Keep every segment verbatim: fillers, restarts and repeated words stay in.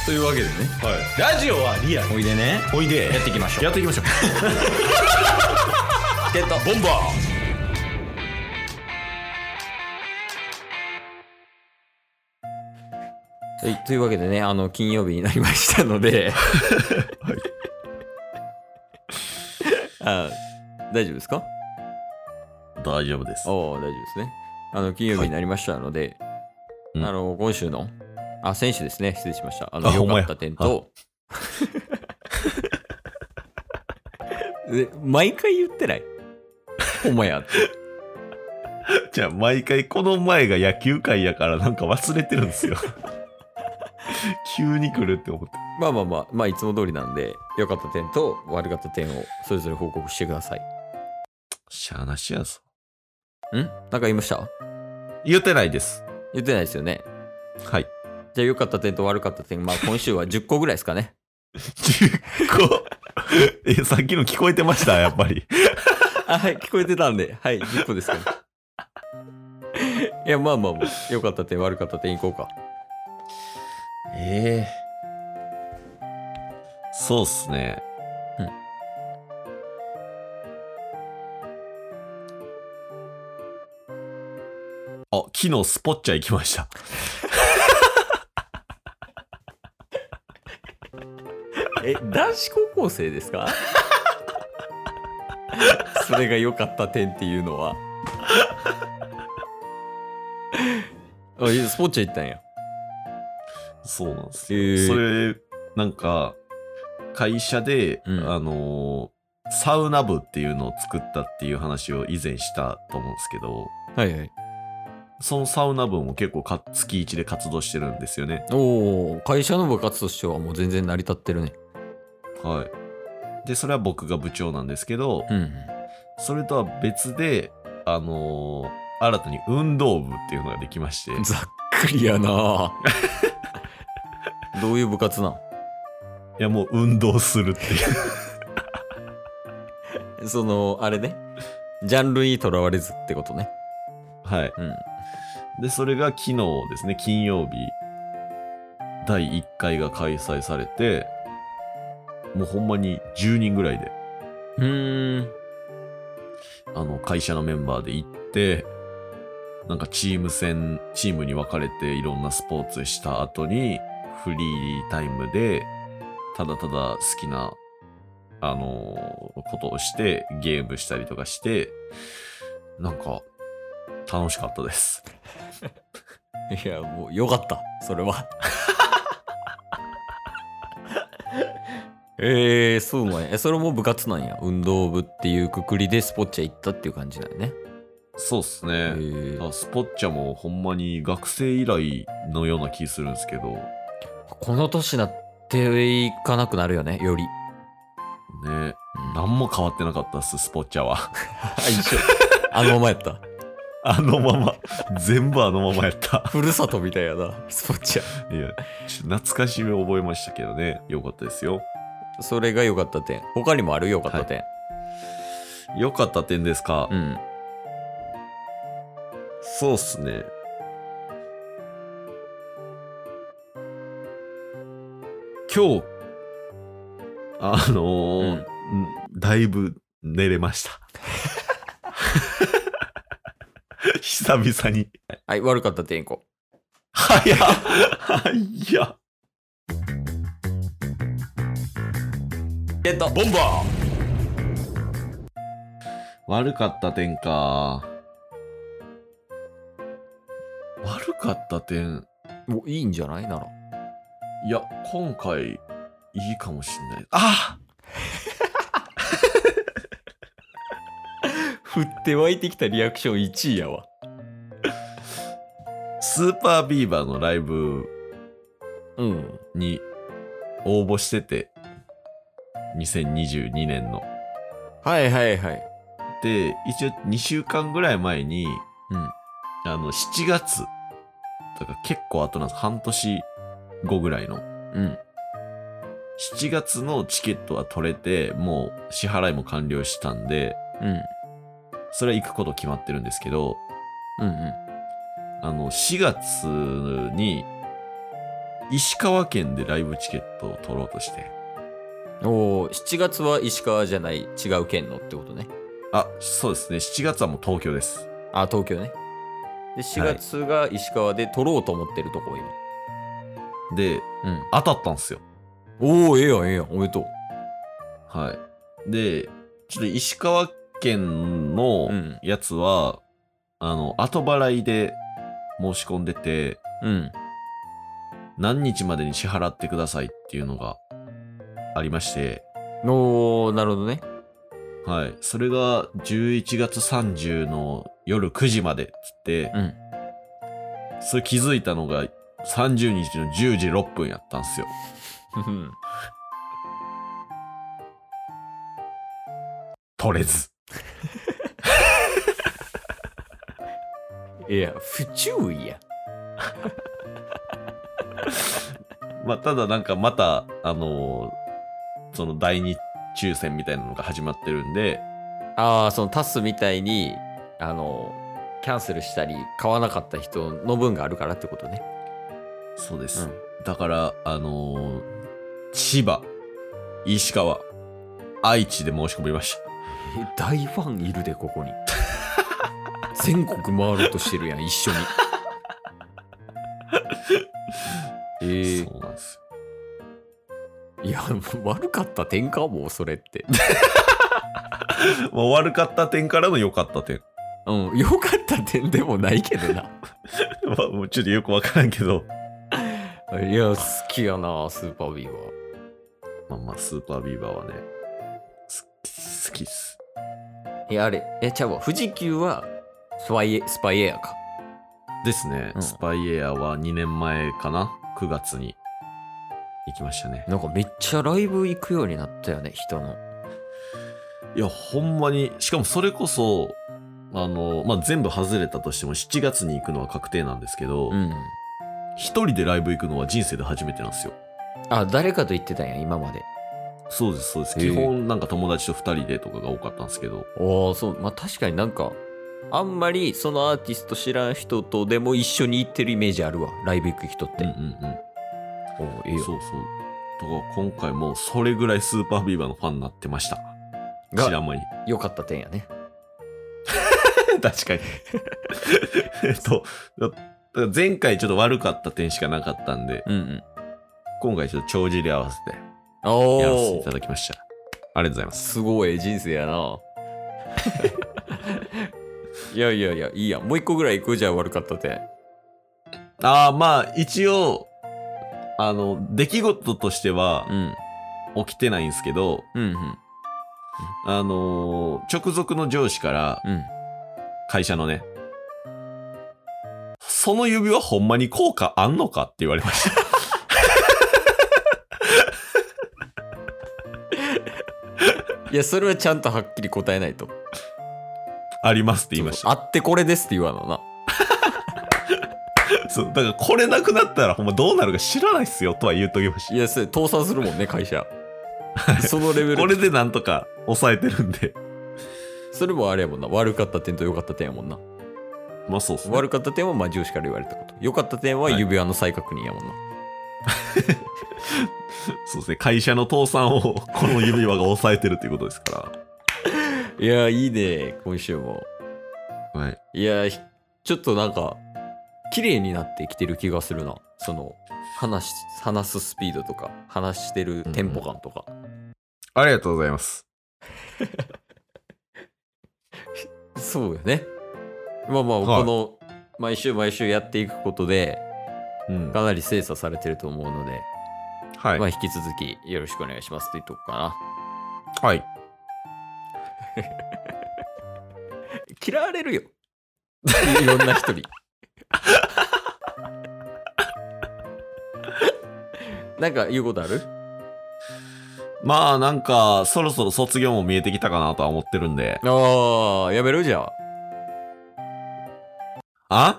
というわけでね、 はい、ラジオはリアル。 おいでね、 おいでやっていきましょう。 やっていきましょう。 ゲットボンバー。はい、というわけでね、あの金曜日になりましたので、はい、あ、大丈夫ですか？ 大丈夫です。 おー、大丈夫ですね。あの金曜日になりましたので、はい、あの今週のあ先週ですね、失礼しました。あの良かった点とで毎回言ってない？お前やって。 じゃあ毎回この前が野球界やからなんか忘れてるんですよ。急に来るって思って。 まあまあまあまあいつも通りなんで、良かった点と悪かった点をそれぞれ報告してください。 しゃーなしやぞ。 ん？なんか言いました？ 言ってないです。 言ってないですよね。 はい。 じゃあ良かった点と悪かった点、まあ今週はじゅっこぐらいですかね。 じゅっこえ、さっきの聞こえてましたやっぱり。 あ、はい、聞こえてたんで、はい、じゅっこですかね。いや、まあまあまあ、良かった点、悪かった点いこうか。 ええー。そうっすね。 うん。 あ、昨日スポッチャ行きました。 え、男子高校生ですか？それが良かった点っていうのは。あ、スポッチャ行ったんや。 そうなんですよ。 えー、 それ、なんか、会社で、うん、あのー、サウナ部っていうのを作ったっていう話を以前したと思うんですけど、 はいはい。 そのサウナ部も結構か月いちで活動してるんですよね。 おー、会社の部活としてはもう全然成り立ってるね。 はい。で、それは僕が部長なんですけど、 うんうん、 それとは別で、あのー、新たに運動部っていうのができまして。 ざっくりやなどういう部活なん？ いや、もう運動するっていう。その、あれね。ジャンルにとらわれずってことね。 はい。 うん。 で、それが昨日ですね、金曜日、だいいっかいが開催されて、もうほんまにじゅうにんぐらいで。 うーん。 あの、会社のメンバーで行って、なんかチーム戦、チームに分かれていろんなスポーツした後に、フリータイムで、ただただ好きな、あのー、ことをして、ゲームしたりとかして、なんか、楽しかったです。 いや、もうよかった、それは。えー、そうなんや。え、それも部活なんや。運動部っていうくくりでスポッチャ行ったっていう感じなんやね。 そうっすね。えー、スポッチャもほんまに学生以来のような気するんですけど。 この年なっていかなくなるよね、より。ね、 うん、何も変わってなかったっす、スポッチャは。 一緒。あのままやった。 あのまま。全部あのままやった。 ふるさとみたいやな、スポッチャ。 いや、ちょっと懐かしみを覚えましたけどね。よかったですよ。 それが良かった点。他にもある良かった点。 良、はい、かった点ですか？ うん。 そうっすね。今日、あのーうん、だいぶ寝れました。久々に。 はい、悪かった点いこう。 早っ。早っ。 ゲットボンバー。悪かった点か。悪かった点。 もういいんじゃないなら。 いや、今回、いいかもしんない。あ降って湧いてきたリアクションいちいやわ。 スーパービーバーのライブに応募してて、にせんにじゅうにねんの。 はいはいはい。 で、一応にしゅうかんぐらい前に、 うん、 あの、しちがつ、だから結構後なんです。半年後ぐらいの。 うん。 しちがつのチケットは取れて、もう支払いも完了したんで、 うん。 それは行くこと決まってるんですけど、 うんうん。 あの、しがつに、 石川県でライブチケットを取ろうとして。 おお、しちがつは石川じゃない違う県のってことね。 あ、そうですね。しちがつはもう東京です。 あ、東京ね。で、しがつが石川で取ろうと思ってるとこ、今。 で、うん、当たったんすよ。 おお、ええやん、ええやん。おめでとう。 はい。で、ちょっと石川県のやつは、うん、あの、後払いで申し込んでて、うん。何日までに支払ってくださいっていうのがありまして。 おー、なるほどね。 はい。それがじゅういちがつさんじゅうの夜くじまでっつって、うん。それ気づいたのがさんじゅうにちのじゅうじろっぷんやったんすよ。取れず。 いや、不注意や。 まあ、ただなんかまた、あのー、その第二抽選みたいなのが始まってるんで。 ああ、そのタスみたいに、あのー、キャンセルしたり買わなかった人の分があるからってことね。 そうです。うん、だから、あのー、千葉、石川、愛知で申し込みました。 え、大ファンいるで、ここに。全国回ろうとしてるやん、一緒に。えー、 そうなんですよ。いや、悪かった点かもうそれって。 まあ悪かった点からの良かった点。 うん、良かった点でもないけどな。 まあ、もうちょっとよくわからんけど。 いや、好きやな、スーパービーバー。 まあまあ、スーパービーバーはね、好きっす。 いや、あれ、え、ちゃうわ、富士急はスパイエ、スパイエアか。 ですね、うん、スパイエアはにねんまえかな、くがつに行きましたね。 なんかめっちゃライブ行くようになったよね、人の。 いや、ほんまに、しかもそれこそ、あの、まあ、全部外れたとしてもしちがつに行くのは確定なんですけど、うん、一人でライブ行くのは人生で初めてなんですよ。 あ、誰かと言ってたんや、今まで。 そうです、そうです。基本なんか友達とふたりでとかが多かったんですけど。 ああ、そう。まあ確かになんか、あんまりそのアーティスト知らん人とでも一緒に行ってるイメージあるわ、ライブ行く人って。うんうんうん。 おええよ。そうそう。だから今回もそれぐらいスーパービーバーのファンになってました。知らん間に。 良かった点やね。 確かに。えっと、前回ちょっと悪かった点しかなかったんで、うんうん、今回ちょっと帳尻合わせてやらせていただきました。ありがとうございます。 すごい人生やな。いやいやいや、いいや。もう一個ぐらい行くじゃあ悪かった点。 ああ、まあ一応、あの、出来事としては、起きてないんですけど、うんうん、あのー、直属の上司から、うん、会社のね、その指輪ほんまに効果あんのかって言われました。 いや、それはちゃんとはっきり答えないと。 ありますって言いました。 あってこれですって言わんのな。 そう、だからこれなくなったらほんまどうなるか知らないっすよとは言うときました。 いや、それ倒産するもんね、会社。そのレベル。 これでなんとか抑えてるんで。 それもあれやもんな。悪かった点と良かった点やもんな。 まあそうっすね。 悪かった点はまあ上司から言われたこと。良かった点は指輪の再確認やもんな。はい、 そうですね。会社の倒産をこの指輪が抑えてるっていうことですから。 いや、いいね、今週も。 はい。 いや、ちょっとなんか、綺麗になってきてる気がするな。その、話、話すスピードとか、話してるテンポ感とか。うんうん、 ありがとうございます。 そうよね。まあまあ、はい、この、毎週毎週やっていくことで、うん、かなり精査されてると思うので、はい。まあ、引き続きよろしくお願いしますって言っとくかな。 はい。 嫌われるよ。いろんな人に。なんか言うことある？ まあなんかそろそろ卒業も見えてきたかなとは思ってるんで。 ああ、やめるじゃん。 あ？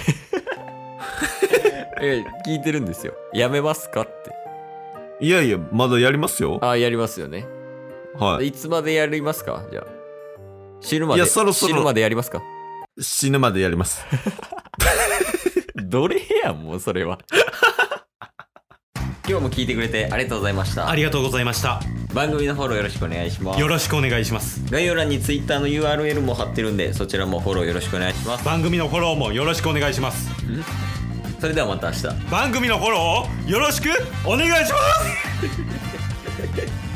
え、聞いてるんですよ。やめますかって。 いやいや、まだやりますよ。 ああ、やりますよね。はい。いつまでやりますか？じゃあ。死ぬまで。いや、そろそろ。死ぬまでやりますか？ 死ぬまでやります。 どれやん、もうそれは。 今日も聞いてくれてありがとうございました。 ありがとうございました。 番組のフォローよろしくお願いします。 よろしくお願いします。 概要欄に Twitter の ユーアールエル も貼ってるんで、そちらもフォローよろしくお願いします。 番組のフォローもよろしくお願いします。 それではまた明日。 番組のフォローをよろしくお願いします